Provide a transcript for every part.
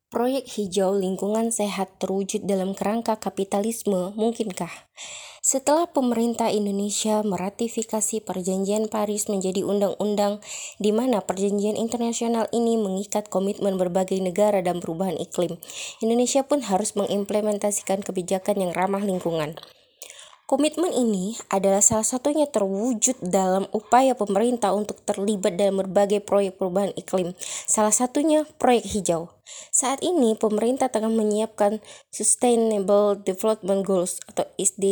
Proyek hijau lingkungan sehat terwujud dalam kerangka kapitalisme, mungkinkah? Setelah pemerintah Indonesia meratifikasi Perjanjian Paris menjadi undang-undang di mana perjanjian internasional ini mengikat komitmen berbagai negara dan perubahan iklim, Indonesia pun harus mengimplementasikan kebijakan yang ramah lingkungan. Komitmen ini adalah salah satunya terwujud dalam upaya pemerintah untuk terlibat dalam berbagai proyek perubahan iklim, salah satunya proyek hijau. Saat ini, pemerintah tengah menyiapkan Sustainable Development Goals atau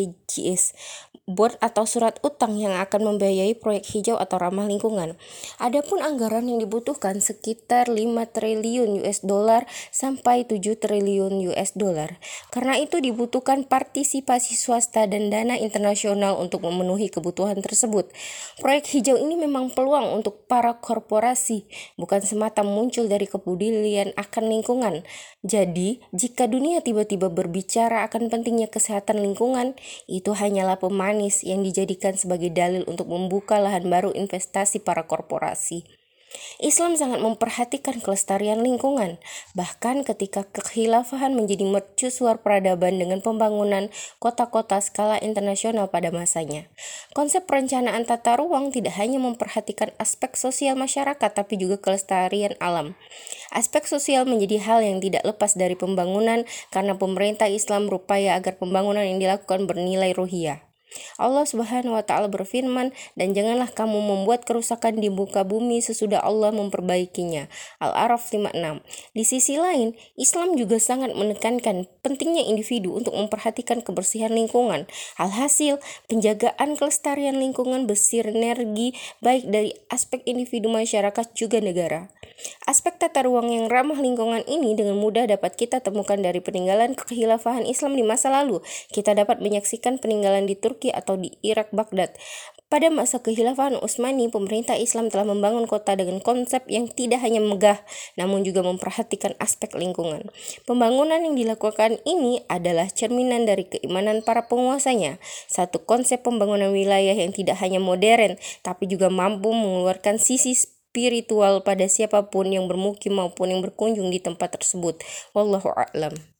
SDGs, bond atau surat utang yang akan membiayai proyek hijau atau ramah lingkungan. Adapun anggaran yang dibutuhkan sekitar 5 triliun US dollar sampai 7 triliun US dollar. Karena itu dibutuhkan partisipasi swasta dan dana internasional untuk memenuhi kebutuhan tersebut. Proyek hijau ini memang peluang untuk para korporasi, bukan semata muncul dari kepedulian akan lingkungan. Jadi, jika dunia tiba-tiba berbicara akan pentingnya kesehatan lingkungan, itu hanyalah pemanis yang dijadikan sebagai dalil untuk membuka lahan baru investasi para korporasi. Islam sangat memperhatikan kelestarian lingkungan, bahkan ketika kekhilafahan menjadi mercusuar peradaban dengan pembangunan kota-kota skala internasional pada masanya. Konsep perencanaan tata ruang tidak hanya memperhatikan aspek sosial masyarakat, tapi juga kelestarian alam. Aspek sosial menjadi hal yang tidak lepas dari pembangunan karena pemerintah Islam berupaya agar pembangunan yang dilakukan bernilai ruhiyah. Allah Subhanahu wa Ta'ala berfirman, dan janganlah kamu membuat kerusakan di muka bumi sesudah Allah memperbaikinya. Al-A'raf 56. Di sisi lain, Islam juga sangat menekankan pentingnya individu untuk memperhatikan kebersihan lingkungan. Alhasil, penjagaan kelestarian lingkungan bersinergi baik dari aspek individu, masyarakat, juga negara. Aspek tata ruang yang ramah lingkungan ini dengan mudah dapat kita temukan dari peninggalan kekhilafahan Islam di masa lalu. Kita dapat menyaksikan peninggalan di Turki atau di Irak, Baghdad. Pada masa kekhilafahan Utsmani, pemerintah Islam telah membangun kota dengan konsep yang tidak hanya megah, namun juga memperhatikan aspek lingkungan. Pembangunan yang dilakukan ini adalah cerminan dari keimanan para penguasanya. Satu konsep pembangunan wilayah yang tidak hanya modern, tapi juga mampu mengeluarkan sisi spiritual pada siapapun yang bermukim maupun yang berkunjung di tempat tersebut. Wallahu a'lam.